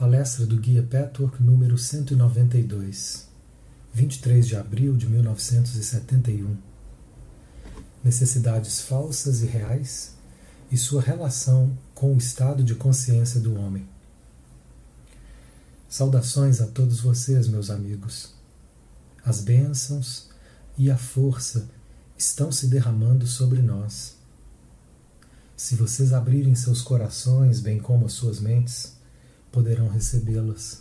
Palestra do Guia Petwork número 192, 23 de abril de 1971. Necessidades falsas e reais e sua relação com o estado de consciência do homem. Saudações a todos vocês, meus amigos. As bênçãos e a força estão se derramando sobre nós. Se vocês abrirem seus corações, bem como as suas mentes, poderão recebê-las.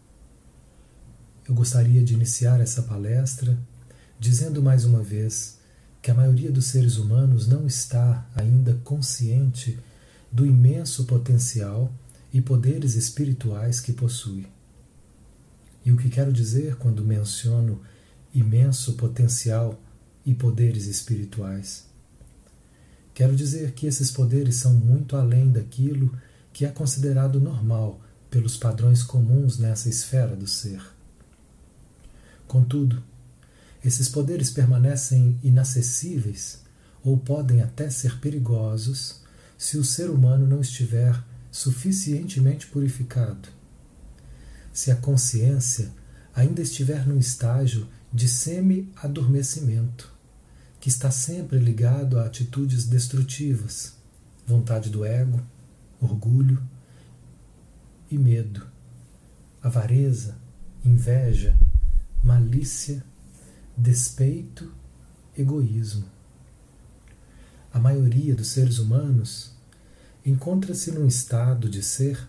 Eu gostaria de iniciar essa palestra dizendo mais uma vez que a maioria dos seres humanos não está ainda consciente do imenso potencial e poderes espirituais que possui. E o que quero dizer quando menciono imenso potencial e poderes espirituais? Quero dizer que esses poderes são muito além daquilo que é considerado normal pelos padrões comuns nessa esfera do ser. Contudo, esses poderes permanecem inacessíveis ou podem até ser perigosos se o ser humano não estiver suficientemente purificado. Se a consciência ainda estiver num estágio de semi-adormecimento, que está sempre ligado a atitudes destrutivas, vontade do ego, orgulho e medo, avareza, inveja, malícia, despeito, egoísmo. A maioria dos seres humanos encontra-se num estado de ser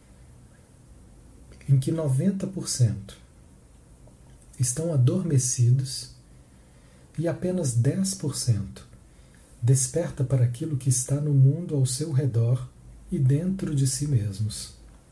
em que 90% estão adormecidos e apenas 10% desperta para aquilo que está no mundo ao seu redor e dentro de si mesmos.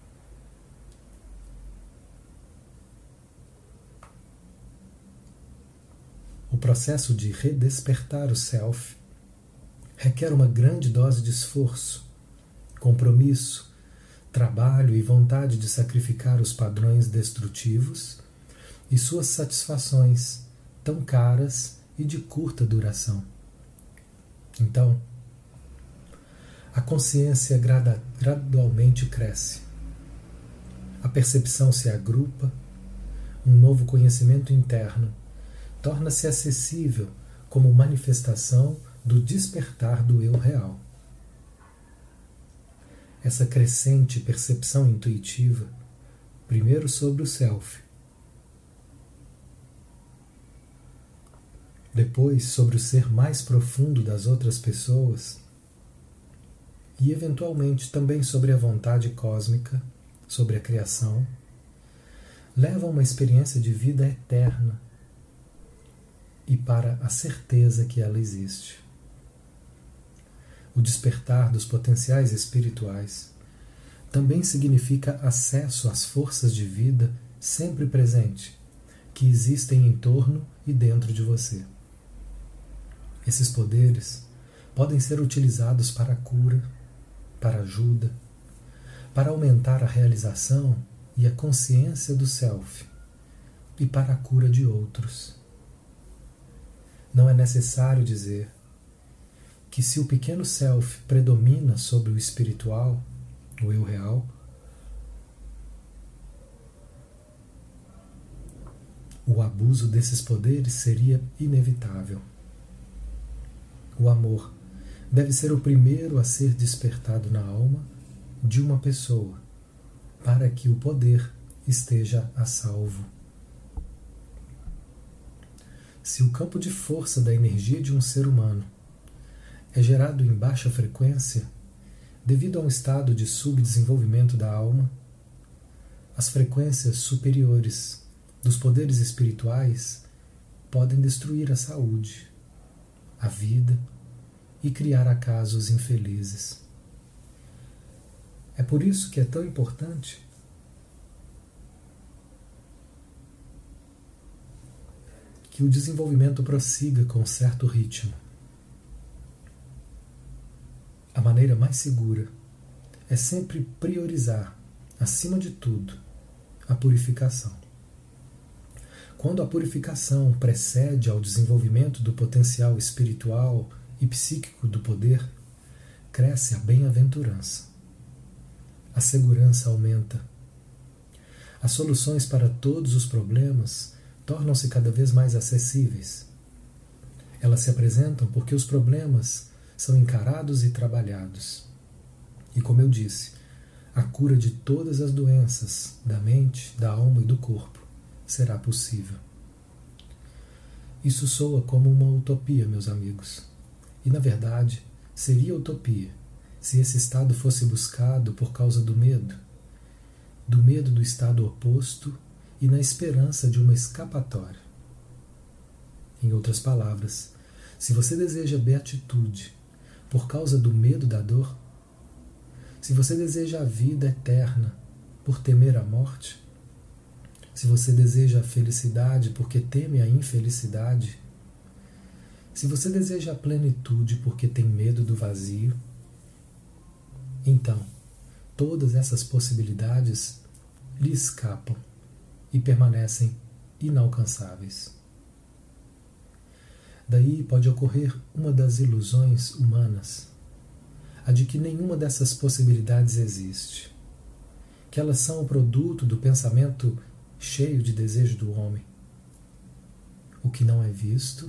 O processo de redespertar o self requer uma grande dose de esforço, compromisso, trabalho e vontade de sacrificar os padrões destrutivos e suas satisfações tão caras e de curta duração. Então, a consciência gradualmente cresce. A percepção se agrupa, um novo conhecimento interno torna-se acessível como manifestação do despertar do eu real. Essa crescente percepção intuitiva, primeiro sobre o self, depois sobre o ser mais profundo das outras pessoas e, eventualmente, também sobre a vontade cósmica, sobre a criação, leva a uma experiência de vida eterna e para a certeza que ela existe. O despertar dos potenciais espirituais também significa acesso às forças de vida sempre presente, que existem em torno e dentro de você. Esses poderes podem ser utilizados para a cura, para a ajuda, para aumentar a realização e a consciência do self e para a cura de outros. Não é necessário dizer que se o pequeno self predomina sobre o espiritual, o eu real, o abuso desses poderes seria inevitável. O amor deve ser o primeiro a ser despertado na alma de uma pessoa, para que o poder esteja a salvo. Se o campo de força da energia de um ser humano é gerado em baixa frequência, devido a um estado de subdesenvolvimento da alma, as frequências superiores dos poderes espirituais podem destruir a saúde, a vida e criar acasos infelizes. É por isso que é tão importante que o desenvolvimento prossiga com certo ritmo. A maneira mais segura é sempre priorizar, acima de tudo, a purificação. Quando a purificação precede ao desenvolvimento do potencial espiritual e psíquico do poder, cresce a bem-aventurança. A segurança aumenta, as soluções para todos os problemas tornam-se cada vez mais acessíveis. Elas se apresentam porque os problemas são encarados e trabalhados. E como eu disse, a cura de todas as doenças da mente, da alma e do corpo será possível. Isso soa como uma utopia, meus amigos. E, na verdade, seria utopia se esse estado fosse buscado por causa do medo do estado oposto e na esperança de uma escapatória. Em outras palavras, se você deseja beatitude por causa do medo da dor, se você deseja a vida eterna por temer a morte, se você deseja a felicidade porque teme a infelicidade, se você deseja a plenitude porque tem medo do vazio, então todas essas possibilidades lhe escapam e permanecem inalcançáveis. Daí pode ocorrer uma das ilusões humanas, a de que nenhuma dessas possibilidades existe, que elas são o produto do pensamento cheio de desejo do homem. O que não é visto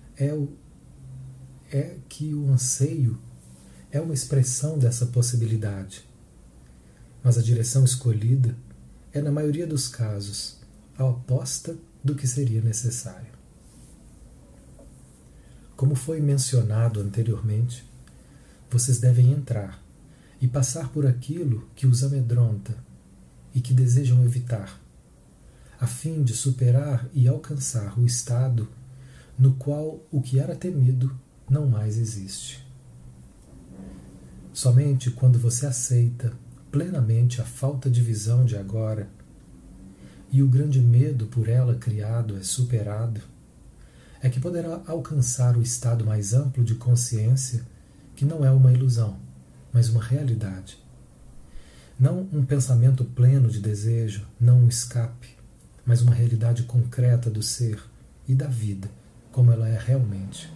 é que o anseio é uma expressão dessa possibilidade, mas a direção escolhida é, na maioria dos casos, a oposta do que seria necessário. Como foi mencionado anteriormente, vocês devem entrar e passar por aquilo que os amedronta e que desejam evitar, a fim de superar e alcançar o estado no qual o que era temido não mais existe. Somente quando você aceita plenamente a falta de visão de agora e o grande medo por ela criado é superado, é que poderá alcançar o estado mais amplo de consciência, que não é uma ilusão, mas uma realidade. Não um pensamento pleno de desejo, não um escape, mas uma realidade concreta do ser e da vida, como ela é realmente.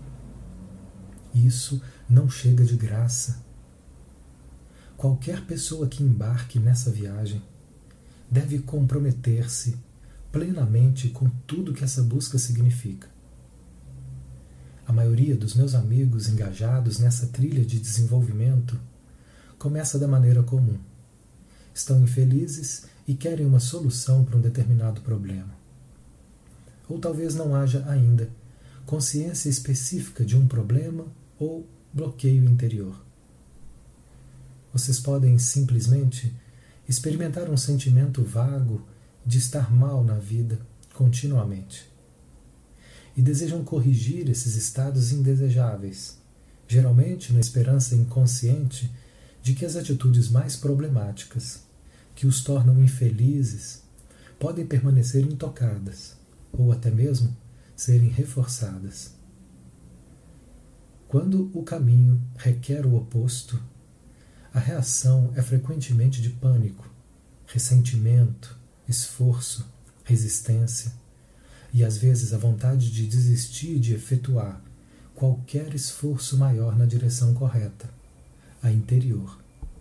Isso não chega de graça. Qualquer pessoa que embarque nessa viagem deve comprometer-se plenamente com tudo que essa busca significa. A maioria dos meus amigos engajados nessa trilha de desenvolvimento começa da maneira comum. Estão infelizes e querem uma solução para um determinado problema. Ou talvez não haja ainda consciência específica de um problema ou bloqueio interior. Vocês podem simplesmente experimentar um sentimento vago de estar mal na vida continuamente. E desejam corrigir esses estados indesejáveis, geralmente na esperança inconsciente de que as atitudes mais problemáticas, que os tornam infelizes, podem permanecer intocadas, ou até mesmo serem reforçadas. Quando o caminho requer o oposto, a reação é frequentemente de pânico, ressentimento, esforço, resistência e às vezes a vontade de desistir de efetuar qualquer esforço maior na direção correta, a interior.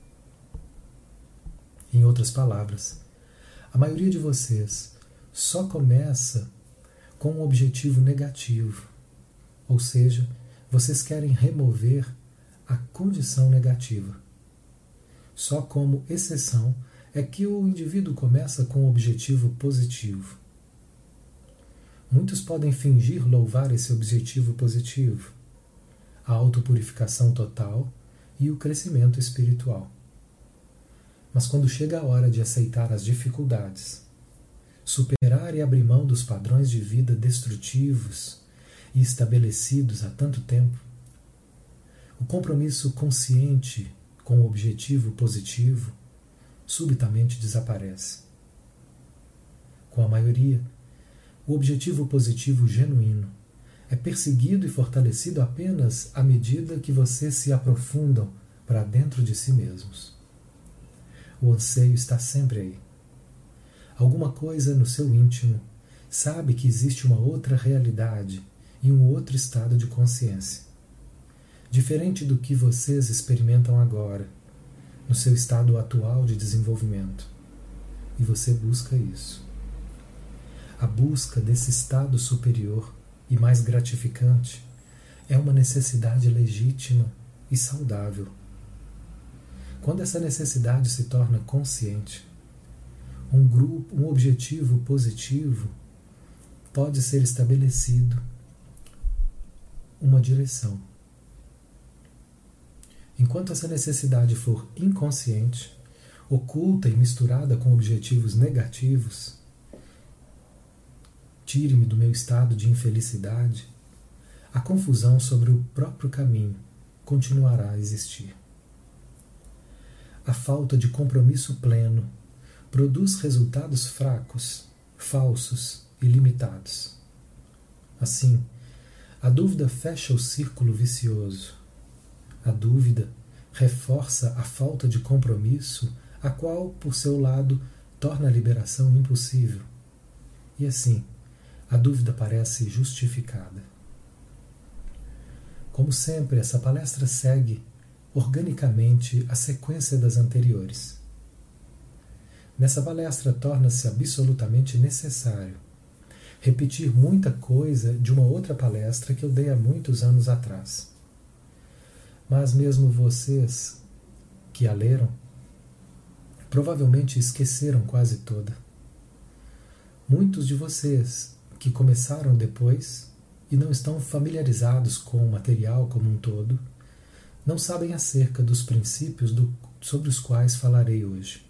Em outras palavras, a maioria de vocês só começa com um objetivo negativo, ou seja, vocês querem remover a condição negativa. Só como exceção é que o indivíduo começa com um objetivo positivo. Muitos podem fingir louvar esse objetivo positivo, a autopurificação total e o crescimento espiritual. Mas quando chega a hora de aceitar as dificuldades, superar e abrir mão dos padrões de vida destrutivos e estabelecidos há tanto tempo, o compromisso consciente com o objetivo positivo subitamente desaparece. Com a maioria, o objetivo positivo genuíno é perseguido e fortalecido apenas à medida que vocês se aprofundam para dentro de si mesmos. O anseio está sempre aí. Alguma coisa no seu íntimo sabe que existe uma outra realidade e um outro estado de consciência, diferente do que vocês experimentam agora, no seu estado atual de desenvolvimento. e você busca isso. A busca desse estado superior e mais gratificante é uma necessidade legítima e saudável. Quando essa necessidade se torna consciente, um objetivo positivo pode ser estabelecido, uma direção. Enquanto essa necessidade for inconsciente, oculta e misturada com objetivos negativos, tire-me do meu estado de infelicidade, a confusão sobre o próprio caminho continuará a existir. A falta de compromisso pleno produz resultados fracos, falsos e limitados. Assim, a dúvida fecha o círculo vicioso. A dúvida reforça a falta de compromisso, a qual, por seu lado, torna a liberação impossível. E assim, a dúvida parece justificada. Como sempre, essa palestra segue organicamente a sequência das anteriores. Nessa palestra torna-se absolutamente necessário repetir muita coisa de uma outra palestra que eu dei há muitos anos atrás. Mas mesmo vocês que a leram, provavelmente esqueceram quase toda. Muitos de vocês que começaram depois e não estão familiarizados com o material como um todo, não sabem acerca dos princípios sobre os quais falarei hoje.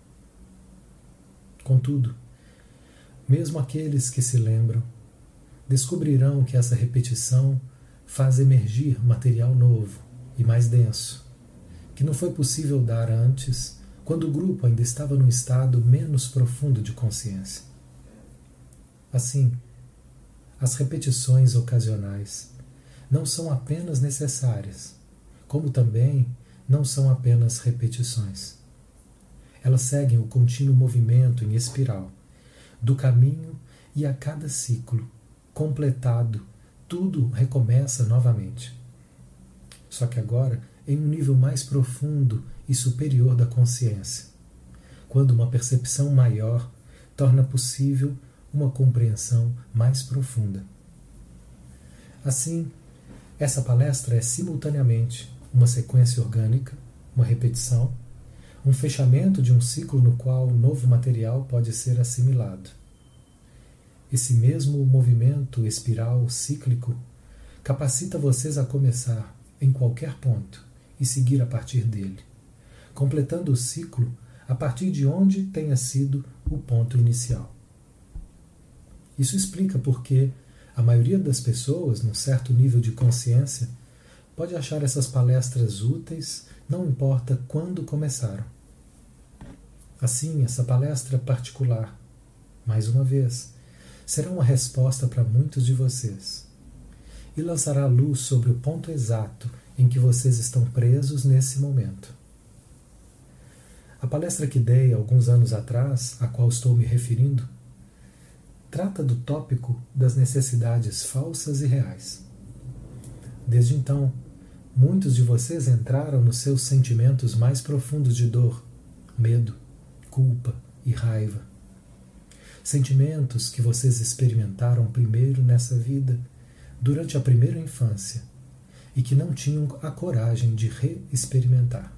Contudo, mesmo aqueles que se lembram, descobrirão que essa repetição faz emergir material novo e mais denso, que não foi possível dar antes, quando o grupo ainda estava num estado menos profundo de consciência. Assim, as repetições ocasionais não são apenas necessárias, como também não são apenas repetições. Elas seguem o contínuo movimento em espiral do caminho e a cada ciclo completado, tudo recomeça novamente. Só que agora em um nível mais profundo e superior da consciência, quando uma percepção maior torna possível uma compreensão mais profunda. Assim, essa palestra é simultaneamente uma sequência orgânica, uma repetição, um fechamento de um ciclo no qual novo material pode ser assimilado. Esse mesmo movimento espiral cíclico capacita vocês a começar em qualquer ponto e seguir a partir dele, completando o ciclo a partir de onde tenha sido o ponto inicial. Isso explica por que a maioria das pessoas, num certo nível de consciência, pode achar essas palestras úteis, não importa quando começaram. Assim, essa palestra particular, mais uma vez, será uma resposta para muitos de vocês e lançará luz sobre o ponto exato em que vocês estão presos nesse momento. A palestra que dei alguns anos atrás, a qual estou me referindo, trata do tópico das necessidades falsas e reais. Desde então, muitos de vocês entraram nos seus sentimentos mais profundos de dor, medo, culpa e raiva. Sentimentos que vocês experimentaram primeiro nessa vida, durante a primeira infância, e que não tinham a coragem de reexperimentar.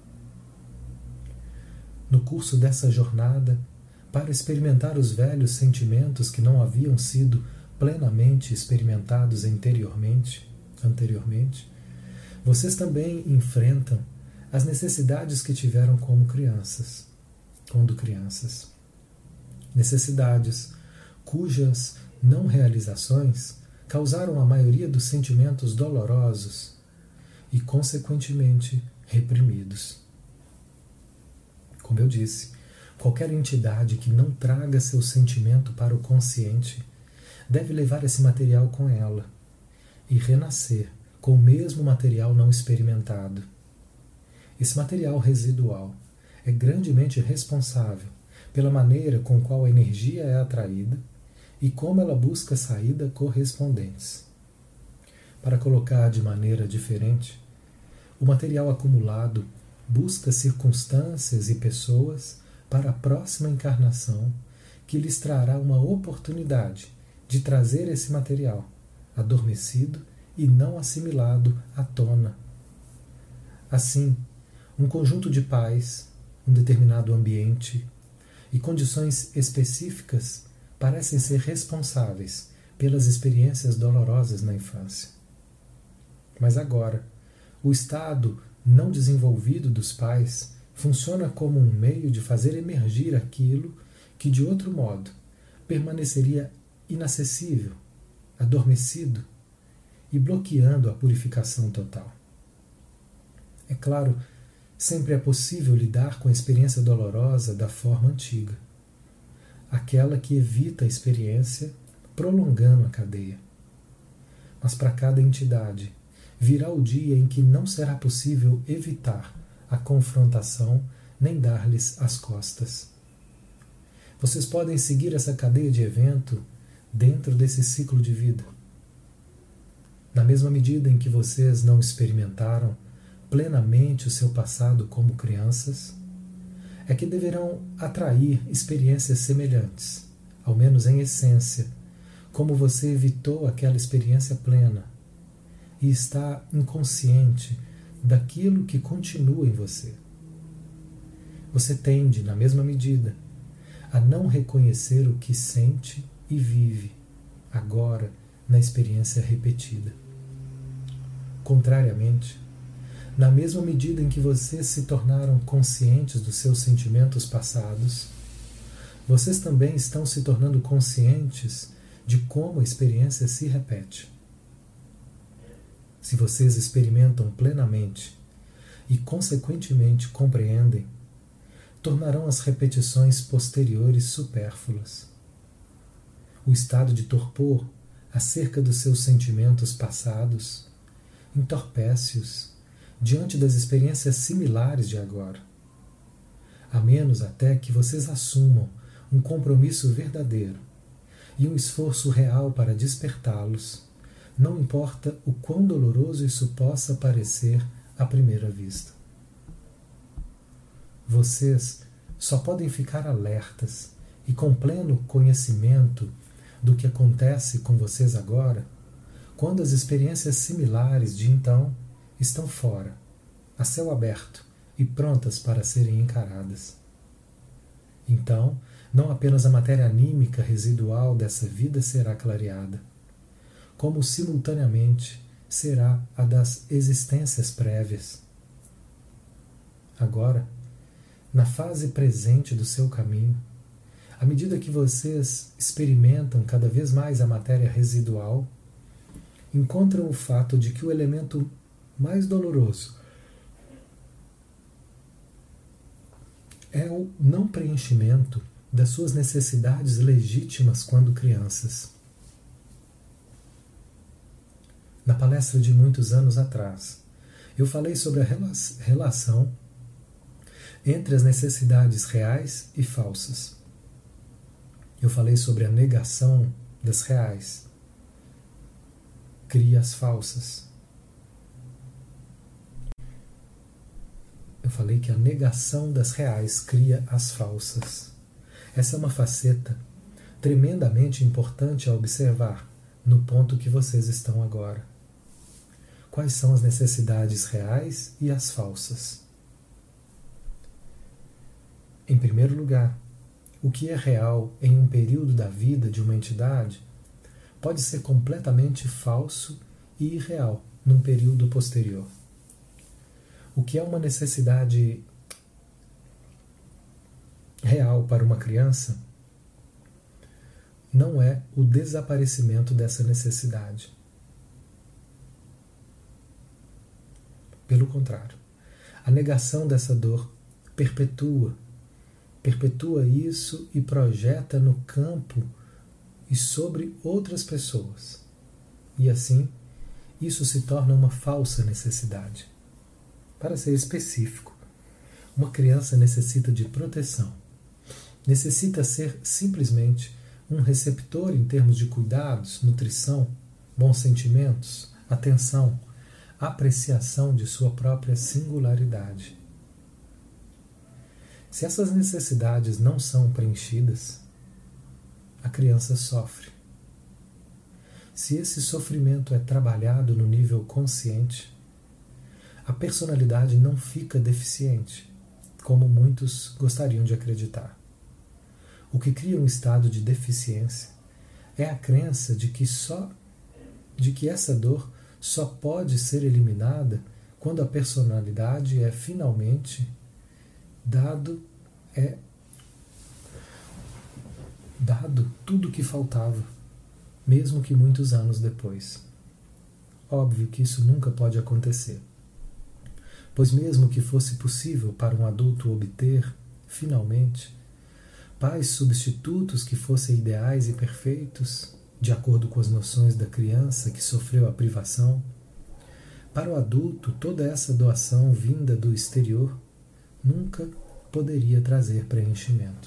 No curso dessa jornada, para experimentar os velhos sentimentos que não haviam sido plenamente experimentados anteriormente, vocês também enfrentam as necessidades que tiveram quando crianças. Necessidades cujas não realizações causaram a maioria dos sentimentos dolorosos e, consequentemente, reprimidos. Como eu disse, qualquer entidade que não traga seu sentimento para o consciente deve levar esse material com ela e renascer com o mesmo material não experimentado. Esse material residual é grandemente responsável pela maneira com qual a energia é atraída e como ela busca saída correspondentes. Para colocar de maneira diferente, o material acumulado busca circunstâncias e pessoas para a próxima encarnação que lhes trará uma oportunidade de trazer esse material, adormecido e não assimilado, à tona. Assim, um conjunto de pais, um determinado ambiente e condições específicas parecem ser responsáveis pelas experiências dolorosas na infância. Mas agora, o estado não desenvolvido dos pais funciona como um meio de fazer emergir aquilo que, de outro modo, permaneceria inacessível, adormecido e bloqueando a purificação total. É claro, sempre é possível lidar com a experiência dolorosa da forma antiga, aquela que evita a experiência, prolongando a cadeia. Mas para cada entidade, virá o dia em que não será possível evitar a confrontação nem dar-lhes as costas. Vocês podem seguir essa cadeia de evento dentro desse ciclo de vida. Na mesma medida em que vocês não experimentaram plenamente o seu passado como crianças, é que deverão atrair experiências semelhantes, ao menos em essência, como você evitou aquela experiência plena e está inconsciente daquilo que continua em você. Você tende, na mesma medida, a não reconhecer o que sente e vive, agora, na experiência repetida. Contrariamente, na mesma medida em que vocês se tornaram conscientes dos seus sentimentos passados, vocês também estão se tornando conscientes de como a experiência se repete. Se vocês experimentam plenamente e, consequentemente, compreendem, tornarão as repetições posteriores supérfluas. O estado de torpor acerca dos seus sentimentos passados entorpece-os diante das experiências similares de agora, a menos até que vocês assumam um compromisso verdadeiro e um esforço real para despertá-los, não importa o quão doloroso isso possa parecer à primeira vista. Vocês só podem ficar alertas e com pleno conhecimento do que acontece com vocês agora quando as experiências similares de então estão fora, a céu aberto e prontas para serem encaradas. Então, não apenas a matéria anímica residual dessa vida será clareada, como simultaneamente será a das existências prévias. Agora, na fase presente do seu caminho, à medida que vocês experimentam cada vez mais a matéria residual, encontram o fato de que o elemento mais doloroso é o não preenchimento das suas necessidades legítimas quando crianças. Na palestra de muitos anos atrás, eu falei sobre a relação entre as necessidades reais e falsas. Eu falei sobre a negação das reais, cria as falsas. Eu falei que a negação das reais cria as falsas. Essa é uma faceta tremendamente importante a observar no ponto que vocês estão agora. Quais são as necessidades reais e as falsas? Em primeiro lugar, o que é real em um período da vida de uma entidade pode ser completamente falso e irreal num período posterior. O que é uma necessidade real para uma criança não é o desaparecimento dessa necessidade. Pelo contrário, a negação dessa dor perpetua isso e projeta no campo e sobre outras pessoas. E assim, isso se torna uma falsa necessidade. Para ser específico, uma criança necessita de proteção. Necessita ser simplesmente um receptor em termos de cuidados, nutrição, bons sentimentos, atenção, apreciação de sua própria singularidade. Se essas necessidades não são preenchidas, a criança sofre. Se esse sofrimento é trabalhado no nível consciente, a personalidade não fica deficiente, como muitos gostariam de acreditar. O que cria um estado de deficiência é a crença de que essa dor só pode ser eliminada quando a personalidade é finalmente dado tudo o que faltava, mesmo que muitos anos depois. Óbvio que isso nunca pode acontecer, pois mesmo que fosse possível para um adulto obter, finalmente, pais substitutos que fossem ideais e perfeitos, de acordo com as noções da criança que sofreu a privação, para o adulto toda essa doação vinda do exterior nunca poderia trazer preenchimento.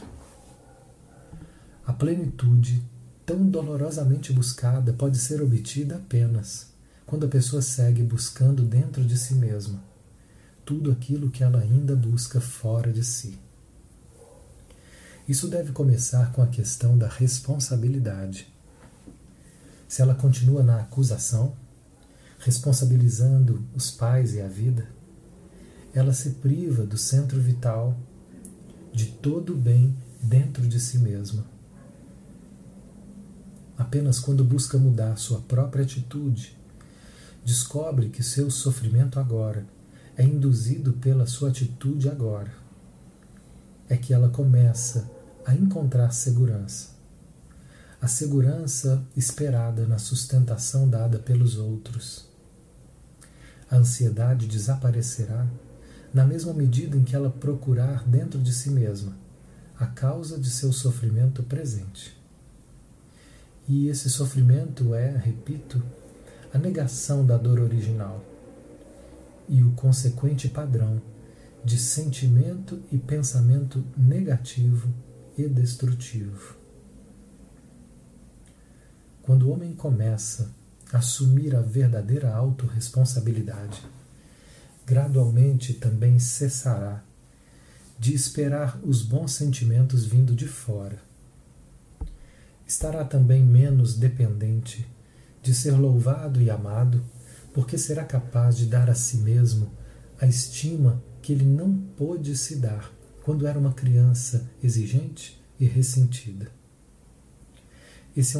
A plenitude, tão dolorosamente buscada, pode ser obtida apenas quando a pessoa segue buscando dentro de si mesma tudo aquilo que ela ainda busca fora de si. Isso deve começar com a questão da responsabilidade. Se ela continua na acusação, responsabilizando os pais e a vida, ela se priva do centro vital, de todo o bem dentro de si mesma. Apenas quando busca mudar sua própria atitude, descobre que seu sofrimento agora é induzido pela sua atitude agora, é que ela começa a encontrar segurança. A segurança esperada na sustentação dada pelos outros. A ansiedade desaparecerá na mesma medida em que ela procurar dentro de si mesma a causa de seu sofrimento presente. E esse sofrimento é, repito, a negação da dor original e o consequente padrão de sentimento e pensamento negativo e destrutivo. Quando o homem começa a assumir a verdadeira autorresponsabilidade, gradualmente também cessará de esperar os bons sentimentos vindo de fora. Estará também menos dependente de ser louvado e amado, porque será capaz de dar a si mesmo a estima que ele não pôde se dar quando era uma criança exigente e ressentida. Esse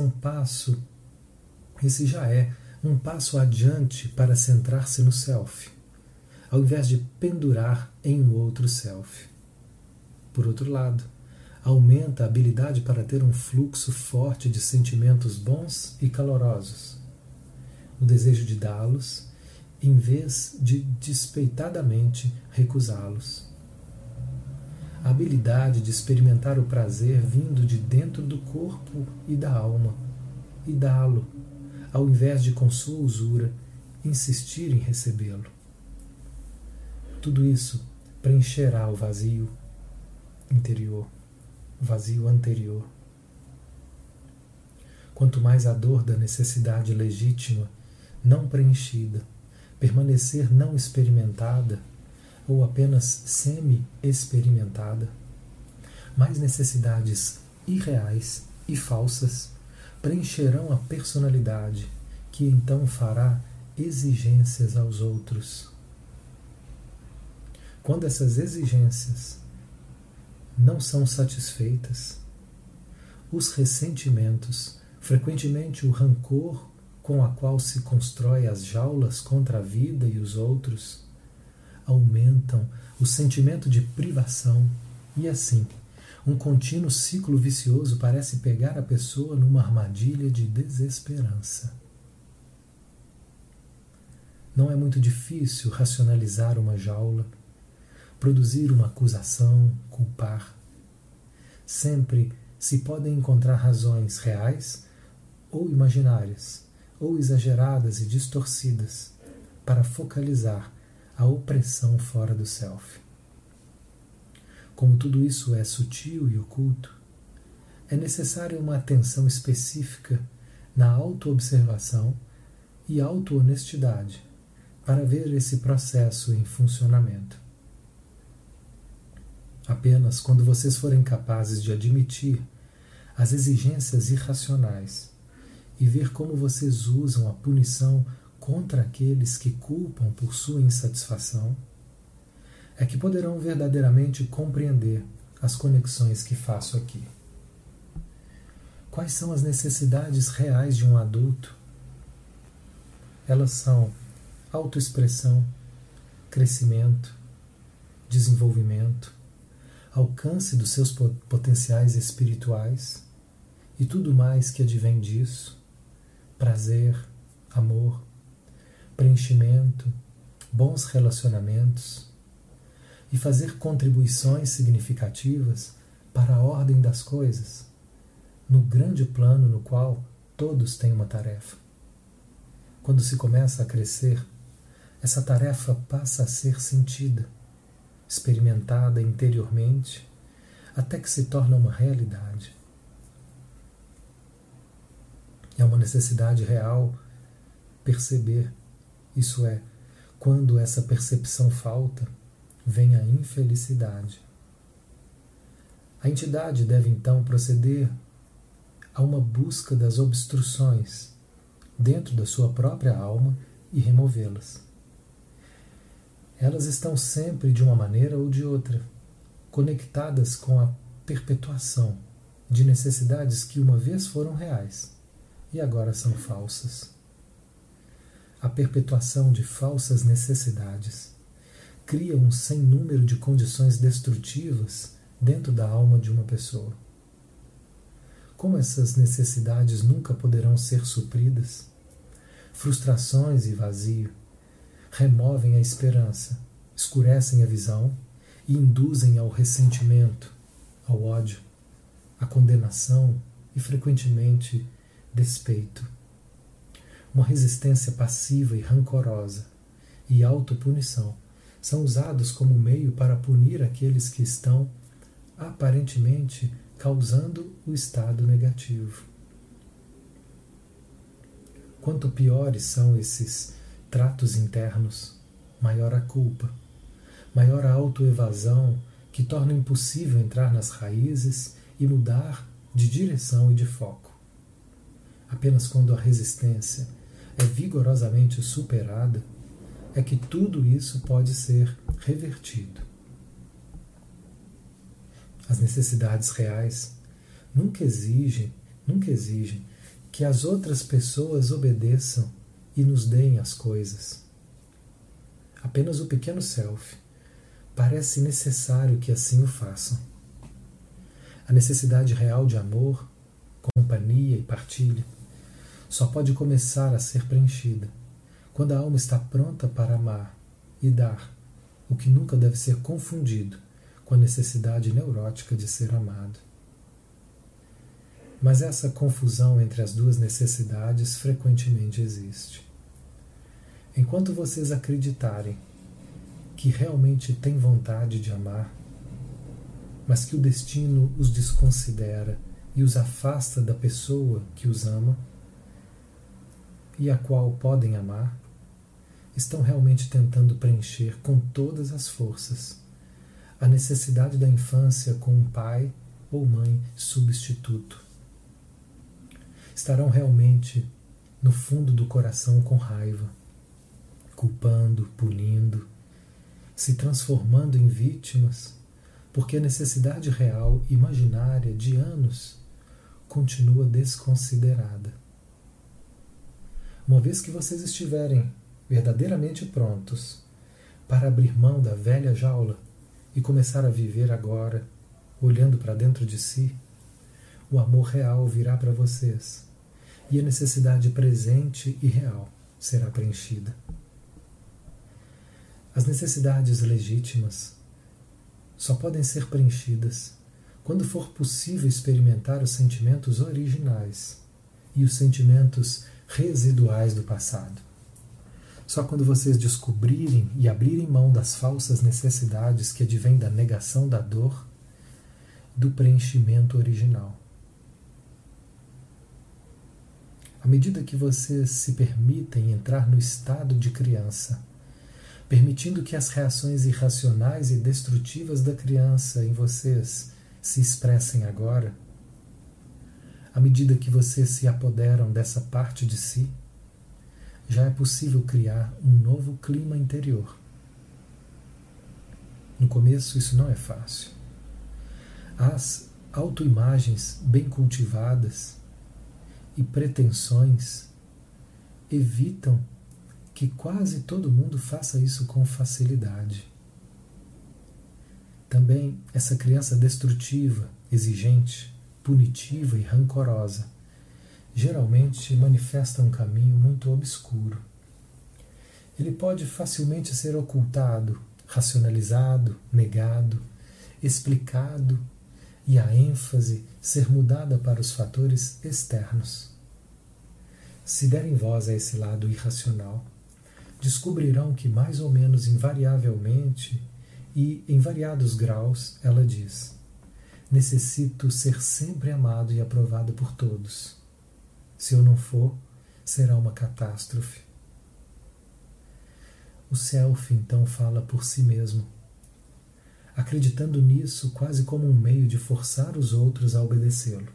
já é um passo adiante para centrar-se no self, ao invés de pendurar em um outro self. Por outro lado, aumenta a habilidade para ter um fluxo forte de sentimentos bons e calorosos, o desejo de dá-los, em vez de despeitadamente recusá-los. A habilidade de experimentar o prazer vindo de dentro do corpo e da alma, e dá-lo, ao invés de com sua usura insistir em recebê-lo. Tudo isso preencherá o vazio interior, o vazio anterior. Quanto mais a dor da necessidade legítima, não preenchida, permanecer não experimentada ou apenas semi-experimentada, mais necessidades irreais e falsas preencherão a personalidade, que então fará exigências aos outros. Quando essas exigências não são satisfeitas, os ressentimentos, frequentemente o rancor com a qual se constrói as jaulas contra a vida e os outros, aumentam o sentimento de privação e assim, um contínuo ciclo vicioso parece pegar a pessoa numa armadilha de desesperança. Não é muito difícil racionalizar uma jaula, produzir uma acusação, culpar. Sempre se podem encontrar razões reais ou imaginárias, ou exageradas e distorcidas, para focalizar a opressão fora do self. Como tudo isso é sutil e oculto, é necessária uma atenção específica na autoobservação e auto-honestidade para ver esse processo em funcionamento. Apenas quando vocês forem capazes de admitir as exigências irracionais e ver como vocês usam a punição contra aqueles que culpam por sua insatisfação, é que poderão verdadeiramente compreender as conexões que faço aqui. Quais são as necessidades reais de um adulto? Elas são autoexpressão, crescimento, desenvolvimento, alcance dos seus potenciais espirituais e tudo mais que advém disso, prazer, amor, preenchimento, bons relacionamentos e fazer contribuições significativas para a ordem das coisas, no grande plano no qual todos têm uma tarefa. Quando se começa a crescer, essa tarefa passa a ser sentida, experimentada interiormente, até que se torna uma realidade. É uma necessidade real perceber, isso é, quando essa percepção falta, vem a infelicidade. A entidade deve então proceder a uma busca das obstruções dentro da sua própria alma e removê-las. Elas estão sempre, de uma maneira ou de outra, conectadas com a perpetuação de necessidades que uma vez foram reais e agora são falsas. A perpetuação de falsas necessidades cria um sem número de condições destrutivas dentro da alma de uma pessoa. Como essas necessidades nunca poderão ser supridas, frustrações e vazio removem a esperança, escurecem a visão e induzem ao ressentimento, ao ódio, à condenação e, frequentemente, despeito. Uma resistência passiva e rancorosa e autopunição são usados como meio para punir aqueles que estão, aparentemente, causando o estado negativo. Quanto piores são esses tratos internos, maior a culpa, maior a autoevasão que torna impossível entrar nas raízes e mudar de direção e de foco. Apenas quando a resistência é vigorosamente superada é que tudo isso pode ser revertido. As necessidades reais nunca exigem que as outras pessoas obedeçam e nos deem as coisas. Apenas o pequeno self parece necessário que assim o façam. A necessidade real de amor, companhia e partilha só pode começar a ser preenchida quando a alma está pronta para amar e dar, o que nunca deve ser confundido com a necessidade neurótica de ser amado. Mas essa confusão entre as duas necessidades frequentemente existe. Enquanto vocês acreditarem que realmente têm vontade de amar, mas que o destino os desconsidera e os afasta da pessoa que os ama e a qual podem amar, estão realmente tentando preencher com todas as forças a necessidade da infância com um pai ou mãe substituto. Estarão realmente no fundo do coração com raiva, culpando, punindo, se transformando em vítimas, porque a necessidade real, imaginária de anos, continua desconsiderada. Uma vez que vocês estiverem verdadeiramente prontos para abrir mão da velha jaula e começar a viver agora, olhando para dentro de si, o amor real virá para vocês e a necessidade presente e real será preenchida. As necessidades legítimas só podem ser preenchidas quando for possível experimentar os sentimentos originais e os sentimentos residuais do passado. Só quando vocês descobrirem e abrirem mão das falsas necessidades que advêm da negação da dor, do preenchimento original. À medida que vocês se permitem entrar no estado de criança, permitindo que as reações irracionais e destrutivas da criança em vocês se expressem agora, à medida que vocês se apoderam dessa parte de si, já é possível criar um novo clima interior. No começo isso não é fácil. As autoimagens bem cultivadas e pretensões evitam que quase todo mundo faça isso com facilidade. Também essa criança destrutiva, exigente, punitiva e rancorosa geralmente manifesta um caminho muito obscuro. Ele pode facilmente ser ocultado, racionalizado, negado, explicado e a ênfase ser mudada para os fatores externos. Se derem voz a esse lado irracional, descobrirão que mais ou menos invariavelmente e em variados graus ela diz: necessito ser sempre amado e aprovado por todos. Se eu não for, será uma catástrofe. O self então fala por si mesmo, acreditando nisso quase como um meio de forçar os outros a obedecê-lo.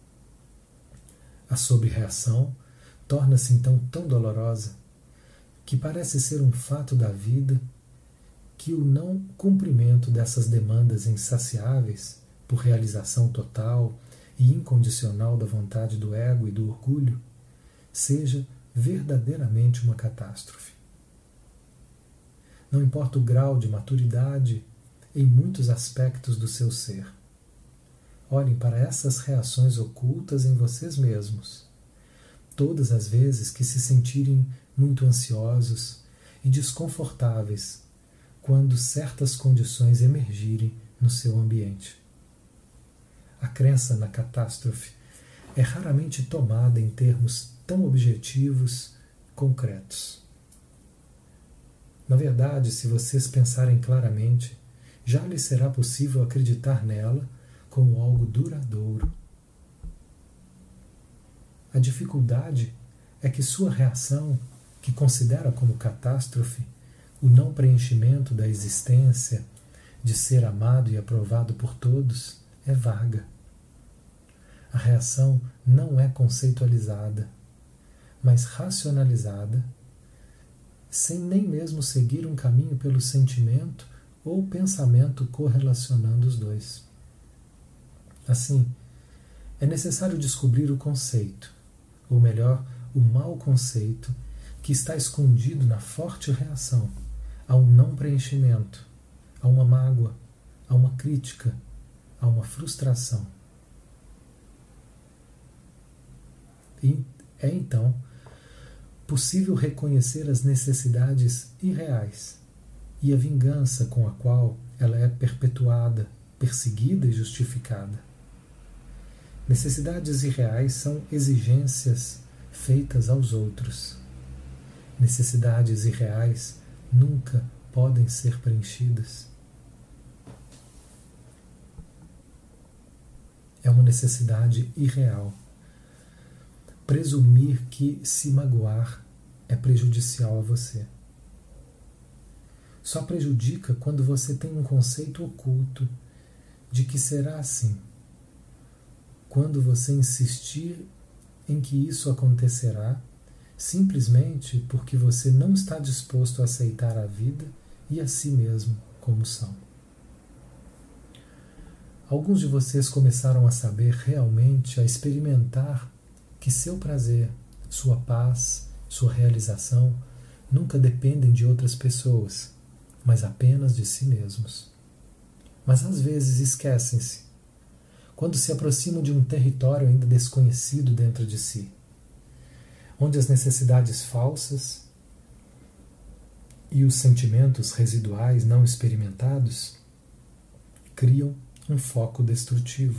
A sobre-reação torna-se então tão dolorosa que parece ser um fato da vida que o não cumprimento dessas demandas insaciáveis por realização total e incondicional da vontade do ego e do orgulho seja verdadeiramente uma catástrofe. Não importa o grau de maturidade em muitos aspectos do seu ser. Olhem para essas reações ocultas em vocês mesmos, todas as vezes que se sentirem muito ansiosos e desconfortáveis quando certas condições emergirem no seu ambiente. A crença na catástrofe é raramente tomada em termos tão objetivos, concretos. Na verdade, se vocês pensarem claramente, já lhes será possível acreditar nela como algo duradouro. A dificuldade é que sua reação, que considera como catástrofe o não preenchimento da existência de ser amado e aprovado por todos, é vaga. A reação não é conceitualizada, mas racionalizada, sem nem mesmo seguir um caminho pelo sentimento ou pensamento correlacionando os dois. Assim, é necessário descobrir o conceito, ou melhor, o mau conceito, que está escondido na forte reação a um não preenchimento, a uma mágoa, a uma crítica, a uma frustração. E é então possível reconhecer as necessidades irreais e a vingança com a qual ela é perpetuada, perseguida e justificada. Necessidades irreais são exigências feitas aos outros. Necessidades irreais nunca podem ser preenchidas. É uma necessidade irreal. Presumir que se magoar é prejudicial a você. Só prejudica quando você tem um conceito oculto de que será assim. Quando você insistir em que isso acontecerá, simplesmente porque você não está disposto a aceitar a vida e a si mesmo como são. Alguns de vocês começaram a saber realmente, a experimentar que seu prazer, sua paz, sua realização nunca dependem de outras pessoas, mas apenas de si mesmos. Mas às vezes esquecem-se, quando se aproximam de um território ainda desconhecido dentro de si, onde as necessidades falsas e os sentimentos residuais não experimentados criam um foco destrutivo.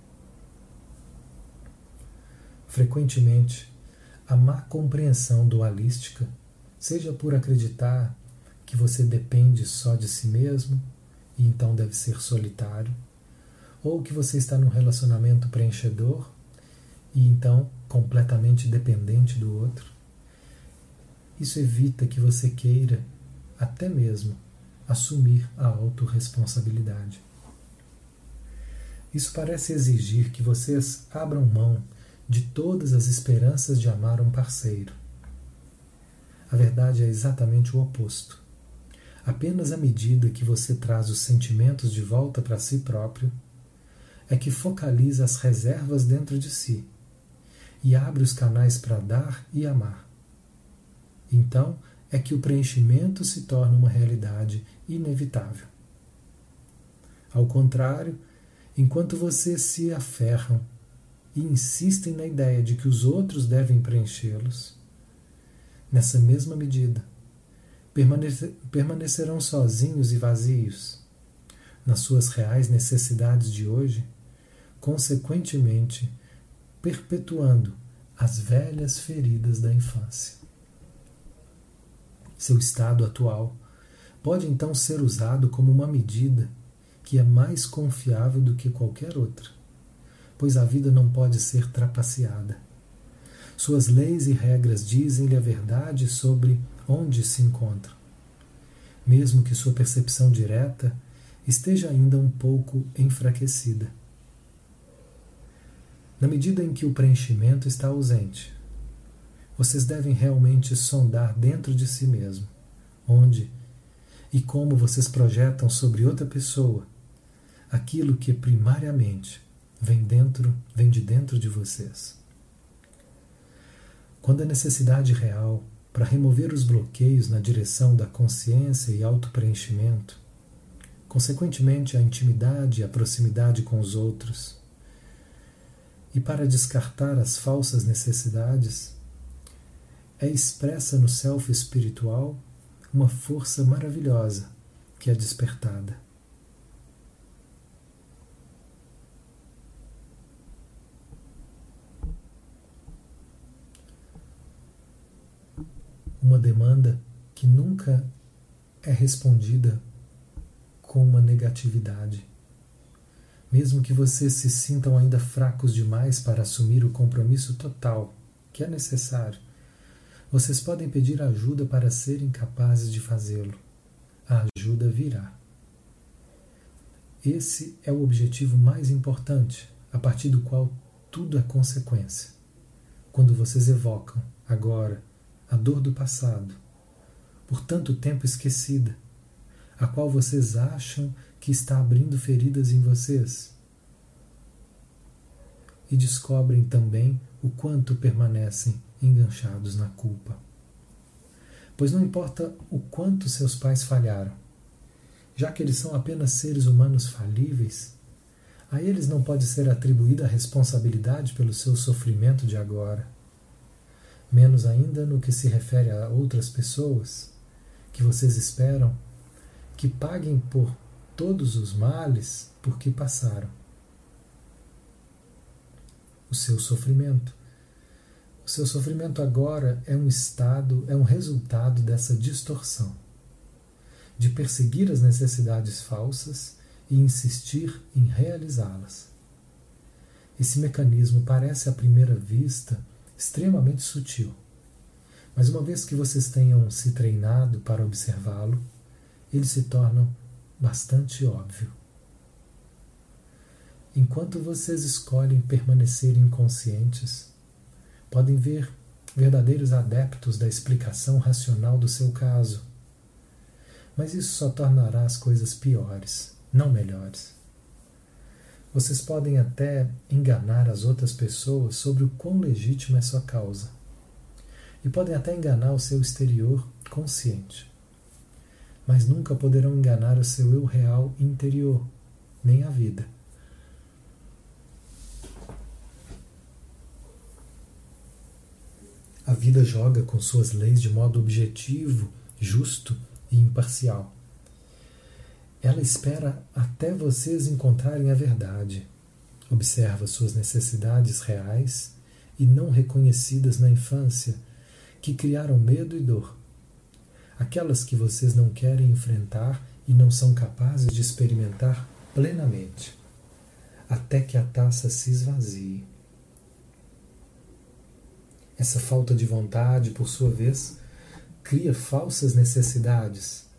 Frequentemente, a má compreensão dualística, seja por acreditar que você depende só de si mesmo e então deve ser solitário, ou que você está num relacionamento preenchedor e então completamente dependente do outro, isso evita que você queira até mesmo assumir a autorresponsabilidade. Isso parece exigir que vocês abram mão de todas as esperanças de amar um parceiro. A verdade é exatamente o oposto. Apenas à medida que você traz os sentimentos de volta para si próprio, é que focaliza as reservas dentro de si e abre os canais para dar e amar. Então é que o preenchimento se torna uma realidade inevitável. Ao contrário, enquanto vocês se aferram e insistem na ideia de que os outros devem preenchê-los, nessa mesma medida, permanecerão sozinhos e vazios nas suas reais necessidades de hoje, consequentemente perpetuando as velhas feridas da infância. Seu estado atual pode então ser usado como uma medida que é mais confiável do que qualquer outra, pois a vida não pode ser trapaceada. Suas leis e regras dizem-lhe a verdade sobre onde se encontra, mesmo que sua percepção direta esteja ainda um pouco enfraquecida. Na medida em que o preenchimento está ausente, vocês devem realmente sondar dentro de si mesmo, onde e como vocês projetam sobre outra pessoa aquilo que primariamente vem de dentro de vocês. Quando a necessidade real para remover os bloqueios na direção da consciência e autopreenchimento, consequentemente a intimidade e a proximidade com os outros, e para descartar as falsas necessidades, é expressa no self espiritual uma força maravilhosa que é despertada. Uma demanda que nunca é respondida com uma negatividade. Mesmo que vocês se sintam ainda fracos demais para assumir o compromisso total que é necessário, vocês podem pedir ajuda para serem capazes de fazê-lo. A ajuda virá. Esse é o objetivo mais importante, a partir do qual tudo é consequência. Quando vocês evocam, agora, a dor do passado, por tanto tempo esquecida, a qual vocês acham que está abrindo feridas em vocês, e descobrem também o quanto permanecem enganchados na culpa. Pois não importa o quanto seus pais falharam, já que eles são apenas seres humanos falíveis, a eles não pode ser atribuída a responsabilidade pelo seu sofrimento de agora. Menos ainda no que se refere a outras pessoas, que vocês esperam que paguem por todos os males por que passaram. O seu sofrimento agora é um resultado dessa distorção, de perseguir as necessidades falsas e insistir em realizá-las. Esse mecanismo parece à primeira vista extremamente sutil, mas uma vez que vocês tenham se treinado para observá-lo, ele se torna bastante óbvio. Enquanto vocês escolhem permanecer inconscientes, podem ver verdadeiros adeptos da explicação racional do seu caso, mas isso só tornará as coisas piores, não melhores. Vocês podem até enganar as outras pessoas sobre o quão legítima é sua causa. E podem até enganar o seu exterior consciente. Mas nunca poderão enganar o seu eu real interior, nem a vida. A vida joga com suas leis de modo objetivo, justo e imparcial. Ela espera até vocês encontrarem a verdade. Observa suas necessidades reais e não reconhecidas na infância, que criaram medo e dor. Aquelas que vocês não querem enfrentar e não são capazes de experimentar plenamente, até que a taça se esvazie. Essa falta de vontade, por sua vez, cria falsas necessidades,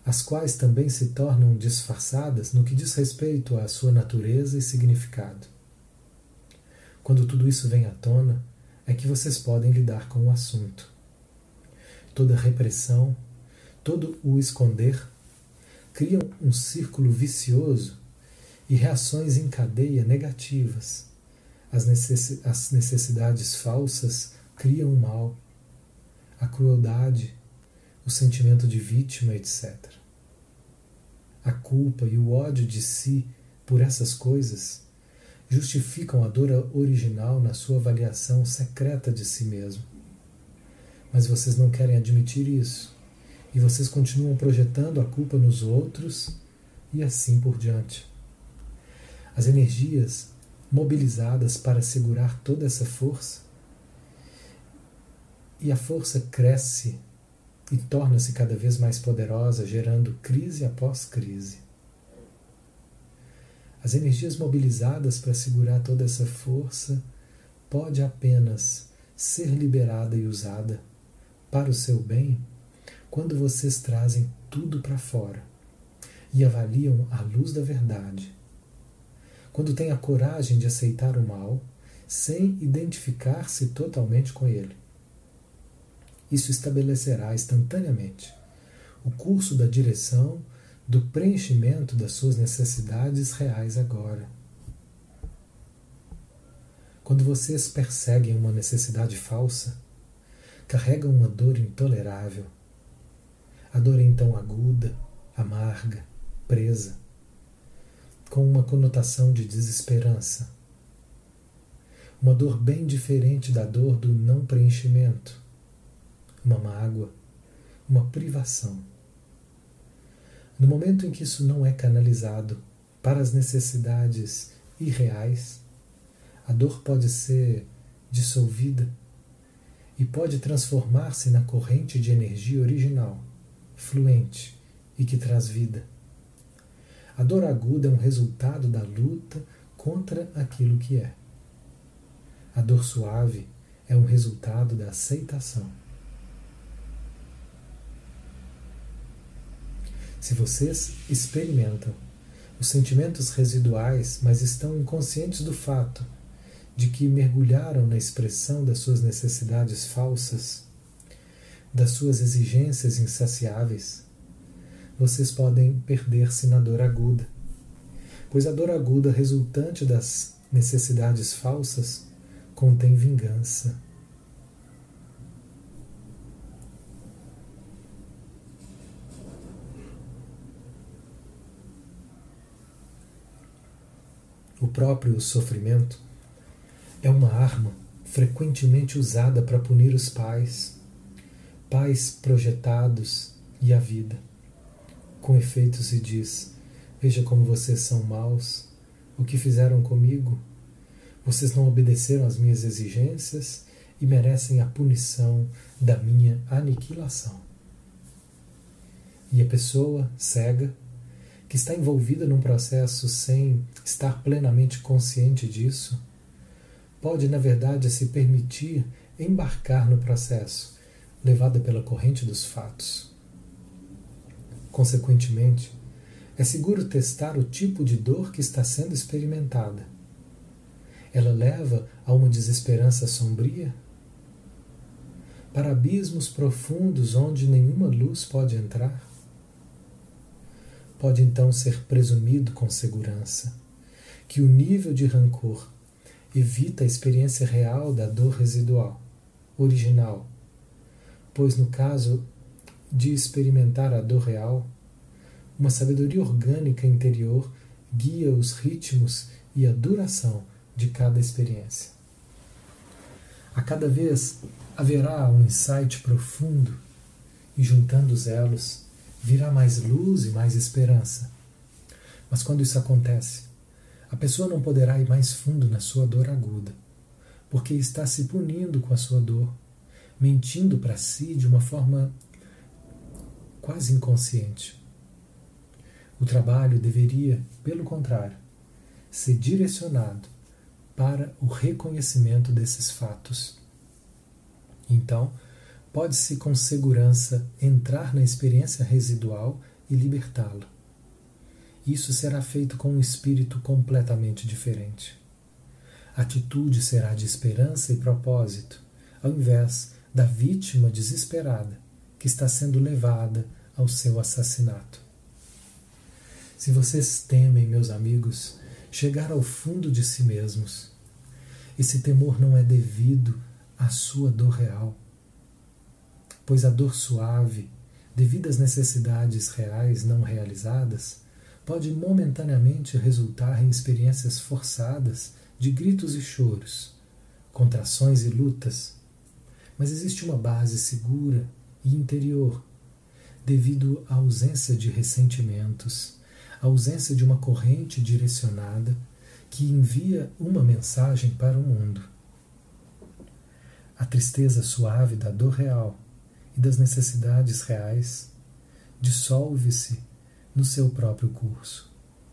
as quais também se tornam disfarçadas no que diz respeito à sua natureza e significado. Quando tudo isso vem à tona, é que vocês podem lidar com o assunto. Toda repressão, todo o esconder, criam um círculo vicioso e reações em cadeia negativas. As necessidades falsas criam o mal, a crueldade, o sentimento de vítima, etc. A culpa e o ódio de si por essas coisas justificam a dor original na sua avaliação secreta de si mesmo. Mas vocês não querem admitir isso, e vocês continuam projetando a culpa nos outros e assim por diante. As energias mobilizadas para segurar toda essa força, e a força cresce e torna-se cada vez mais poderosa, gerando crise após crise. As energias mobilizadas para segurar toda essa força pode apenas ser liberada e usada para o seu bem quando vocês trazem tudo para fora e avaliam à luz da verdade. Quando têm a coragem de aceitar o mal sem identificar-se totalmente com ele. Isso estabelecerá instantaneamente o curso da direção do preenchimento das suas necessidades reais agora. Quando vocês perseguem uma necessidade falsa, carregam uma dor intolerável. A dor é então aguda, amarga, presa, com uma conotação de desesperança. Uma dor bem diferente da dor do não preenchimento. Uma mágoa, uma privação. No momento em que isso não é canalizado para as necessidades irreais, a dor pode ser dissolvida e pode transformar-se na corrente de energia original, fluente e que traz vida. A dor aguda é um resultado da luta contra aquilo que é. A dor suave é um resultado da aceitação. Se vocês experimentam os sentimentos residuais, mas estão inconscientes do fato de que mergulharam na expressão das suas necessidades falsas, das suas exigências insaciáveis, vocês podem perder-se na dor aguda, pois a dor aguda resultante das necessidades falsas contém vingança. O próprio sofrimento é uma arma frequentemente usada para punir os pais projetados e a vida. Com efeito se diz: veja como vocês são maus, o que fizeram comigo? Vocês não obedeceram às minhas exigências e merecem a punição da minha aniquilação. E a pessoa cega, que está envolvida num processo sem estar plenamente consciente disso, pode, na verdade, se permitir embarcar no processo, levada pela corrente dos fatos. Consequentemente, é seguro testar o tipo de dor que está sendo experimentada. Ela leva a uma desesperança sombria? Para abismos profundos onde nenhuma luz pode entrar? Pode então ser presumido com segurança que o nível de rancor evita a experiência real da dor residual, original, pois no caso de experimentar a dor real, uma sabedoria orgânica interior guia os ritmos e a duração de cada experiência. A cada vez haverá um insight profundo e, juntando os elos, virá mais luz e mais esperança. Mas quando isso acontece, a pessoa não poderá ir mais fundo na sua dor aguda, porque está se punindo com a sua dor, mentindo para si de uma forma quase inconsciente. O trabalho deveria, pelo contrário, ser direcionado para o reconhecimento desses fatos. Então, pode-se com segurança entrar na experiência residual e libertá-la. Isso será feito com um espírito completamente diferente. A atitude será de esperança e propósito, ao invés da vítima desesperada que está sendo levada ao seu assassinato. Se vocês temem, meus amigos, chegar ao fundo de si mesmos, esse temor não é devido à sua dor real, pois a dor suave, devido às necessidades reais não realizadas, pode momentaneamente resultar em experiências forçadas de gritos e choros, contrações e lutas, mas existe uma base segura e interior, devido à ausência de ressentimentos, à ausência de uma corrente direcionada que envia uma mensagem para o mundo. A tristeza suave da dor real e das necessidades reais dissolve-se no seu próprio curso.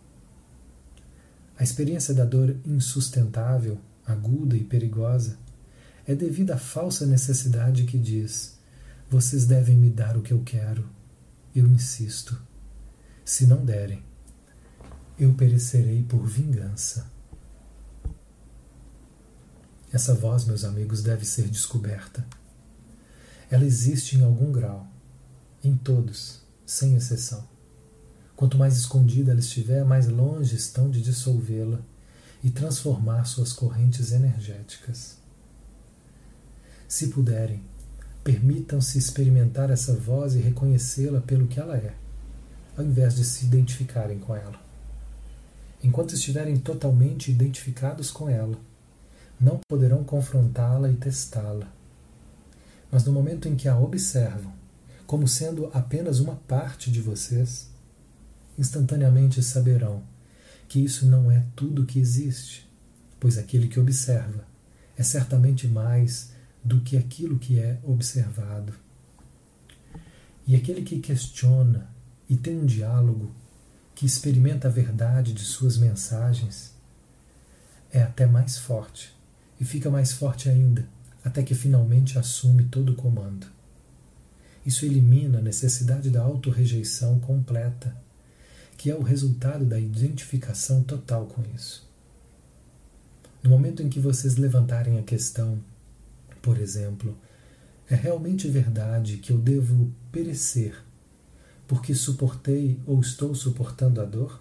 A experiência da dor insustentável, aguda e perigosa é devida à falsa necessidade que diz: vocês devem me dar o que eu quero, eu insisto. Se não derem, eu perecerei por vingança. Essa voz, meus amigos, deve ser descoberta. Ela existe em algum grau, em todos, sem exceção. Quanto mais escondida ela estiver, mais longe estão de dissolvê-la e transformar suas correntes energéticas. Se puderem, permitam-se experimentar essa voz e reconhecê-la pelo que ela é, ao invés de se identificarem com ela. Enquanto estiverem totalmente identificados com ela, não poderão confrontá-la e testá-la. Mas no momento em que a observam, como sendo apenas uma parte de vocês, instantaneamente saberão que isso não é tudo que existe, pois aquele que observa é certamente mais do que aquilo que é observado. E aquele que questiona e tem um diálogo, que experimenta a verdade de suas mensagens, é até mais forte, e fica mais forte ainda, até que finalmente assume todo o comando. Isso elimina a necessidade da autorrejeição completa, que é o resultado da identificação total com isso. No momento em que vocês levantarem a questão, por exemplo, é realmente verdade que eu devo perecer porque suportei ou estou suportando a dor?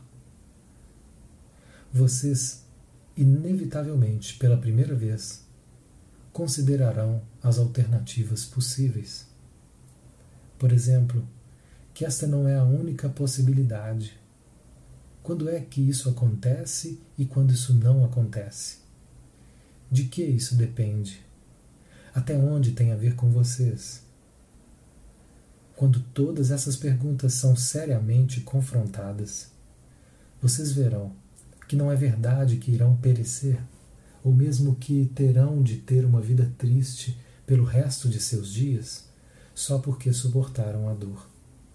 Vocês, inevitavelmente, pela primeira vez, considerarão as alternativas possíveis. Por exemplo, que esta não é a única possibilidade. Quando é que isso acontece e quando isso não acontece? De que isso depende? Até onde tem a ver com vocês? Quando todas essas perguntas são seriamente confrontadas, vocês verão que não é verdade que irão perecer, ou mesmo que terão de ter uma vida triste pelo resto de seus dias, só porque suportaram a dor.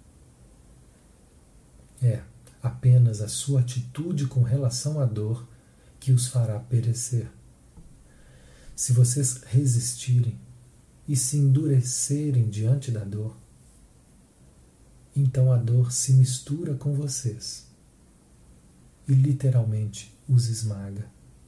É apenas a sua atitude com relação à dor que os fará perecer. Se vocês resistirem e se endurecerem diante da dor, então a dor se mistura com vocês e literalmente os esmaga.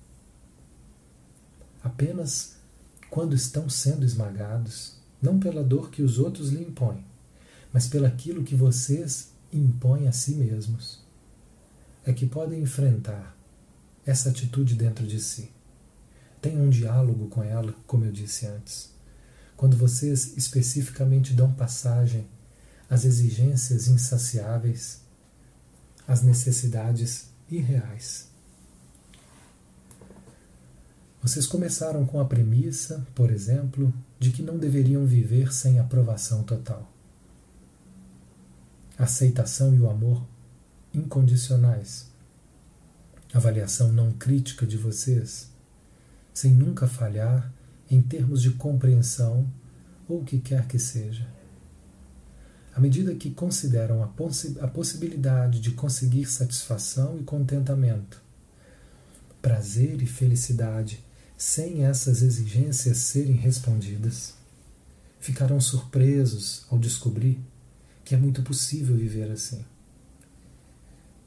Apenas quando estão sendo esmagados, não pela dor que os outros lhe impõem, mas pelaquilo que vocês impõem a si mesmos, é que podem enfrentar essa atitude dentro de si. Tenham um diálogo com ela, como eu disse antes. Quando vocês especificamente dão passagem às exigências insaciáveis, às necessidades irreais. Vocês começaram com a premissa, por exemplo, de que não deveriam viver sem aprovação total. A aceitação e o amor incondicionais. Avaliação não crítica de vocês, sem nunca falhar em termos de compreensão ou o que quer que seja. À medida que consideram a possibilidade de conseguir satisfação e contentamento, prazer e felicidade sem essas exigências serem respondidas, ficarão surpresos ao descobrir que é muito possível viver assim.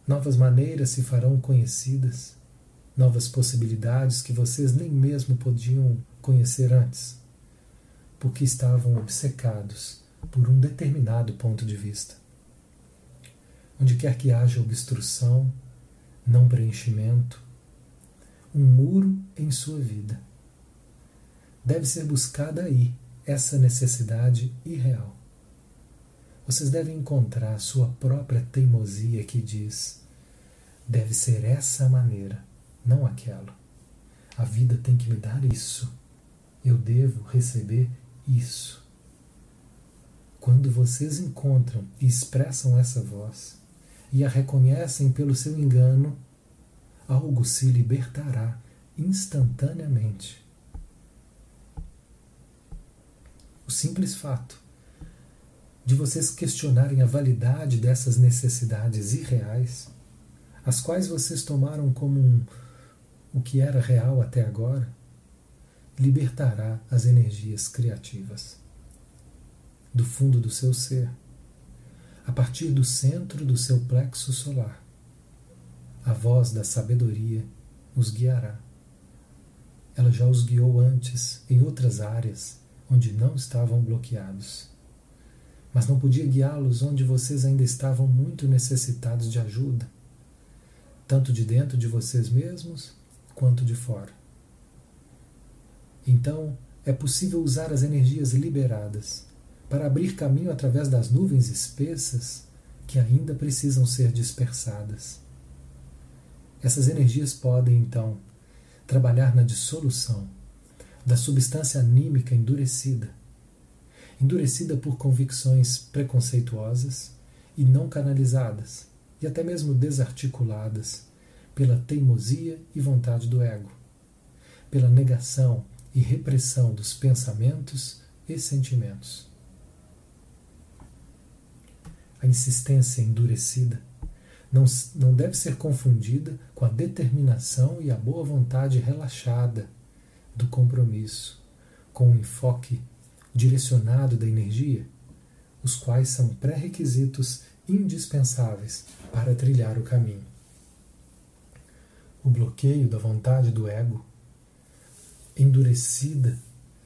Novas maneiras se farão conhecidas, novas possibilidades que vocês nem mesmo podiam conhecer antes, porque estavam obcecados por um determinado ponto de vista. Onde quer que haja obstrução, não preenchimento, um muro em sua vida, deve ser buscada aí essa necessidade irreal. Vocês devem encontrar sua própria teimosia que diz: deve ser essa maneira, não aquela. A vida tem que me dar isso. Eu devo receber isso. Quando vocês encontram e expressam essa voz e a reconhecem pelo seu engano, algo se libertará instantaneamente. O simples fato de vocês questionarem a validade dessas necessidades irreais, as quais vocês tomaram como o que era real até agora, libertará as energias criativas do fundo do seu ser, a partir do centro do seu plexo solar. A voz da sabedoria os guiará. Ela já os guiou antes em outras áreas onde não estavam bloqueados, mas não podia guiá-los onde vocês ainda estavam muito necessitados de ajuda, tanto de dentro de vocês mesmos quanto de fora. Então, é possível usar as energias liberadas para abrir caminho através das nuvens espessas que ainda precisam ser dispersadas. Essas energias podem, então, trabalhar na dissolução da substância anímica endurecida por convicções preconceituosas e não canalizadas, e até mesmo desarticuladas pela teimosia e vontade do ego, pela negação e repressão dos pensamentos e sentimentos. A insistência endurecida não deve ser confundida com a determinação e a boa vontade relaxada do compromisso, com o enfoque direcionado da energia, os quais são pré-requisitos indispensáveis para trilhar o caminho. O bloqueio da vontade do ego, endurecida,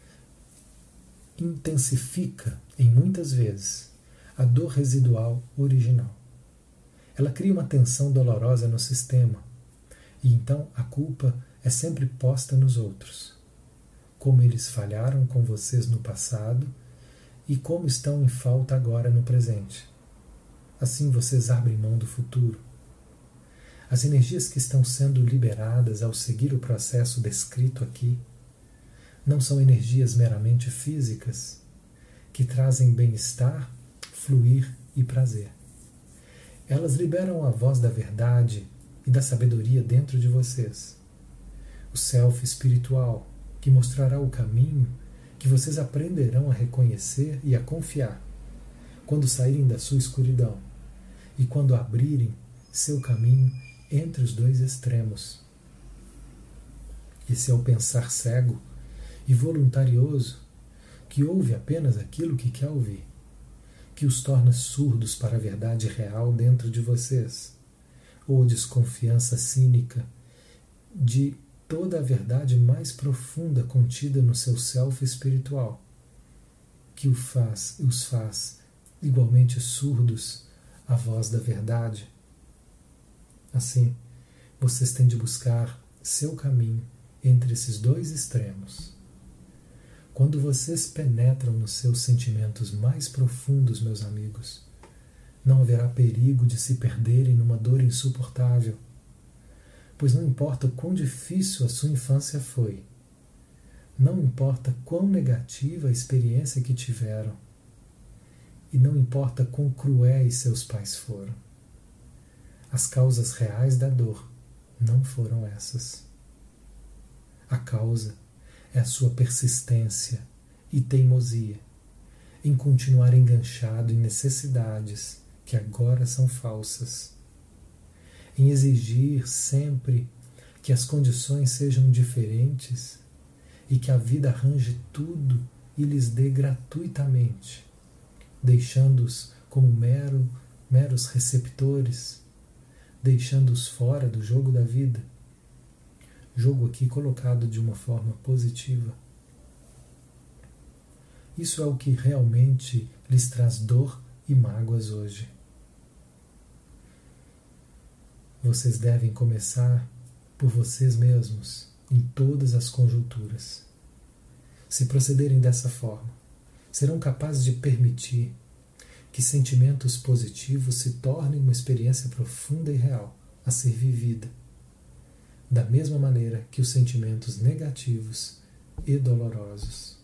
intensifica, em muitas vezes, a dor residual original. Ela cria uma tensão dolorosa no sistema, e então a culpa é sempre posta nos outros. Como eles falharam com vocês no passado e como estão em falta agora no presente. Assim vocês abrem mão do futuro. As energias que estão sendo liberadas ao seguir o processo descrito aqui não são energias meramente físicas, que trazem bem-estar, fluir e prazer. Elas liberam a voz da verdade e da sabedoria dentro de vocês. O self espiritual, que mostrará o caminho que vocês aprenderão a reconhecer e a confiar quando saírem da sua escuridão e quando abrirem seu caminho entre os dois extremos. Esse é o pensar cego e voluntarioso que ouve apenas aquilo que quer ouvir, que os torna surdos para a verdade real dentro de vocês, ou desconfiança cínica de toda a verdade mais profunda contida no seu self espiritual, que os faz igualmente surdos à voz da verdade. Assim, vocês têm de buscar seu caminho entre esses dois extremos. Quando vocês penetram nos seus sentimentos mais profundos, meus amigos, não haverá perigo de se perderem numa dor insuportável, pois não importa quão difícil a sua infância foi, não importa quão negativa a experiência que tiveram, e não importa quão cruéis seus pais foram. As causas reais da dor não foram essas. A causa é a sua persistência e teimosia em continuar enganchado em necessidades que agora são falsas, em exigir sempre que as condições sejam diferentes e que a vida arranje tudo e lhes dê gratuitamente, deixando-os como meros receptores, deixando-os fora do jogo da vida. Jogo aqui colocado de uma forma positiva. Isso é o que realmente lhes traz dor e mágoas hoje. Vocês devem começar por vocês mesmos em todas as conjunturas. Se procederem dessa forma, serão capazes de permitir que sentimentos positivos se tornem uma experiência profunda e real a ser vivida, da mesma maneira que os sentimentos negativos e dolorosos.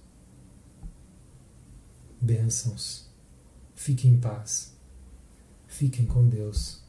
Bênçãos. Fiquem em paz. Fiquem com Deus.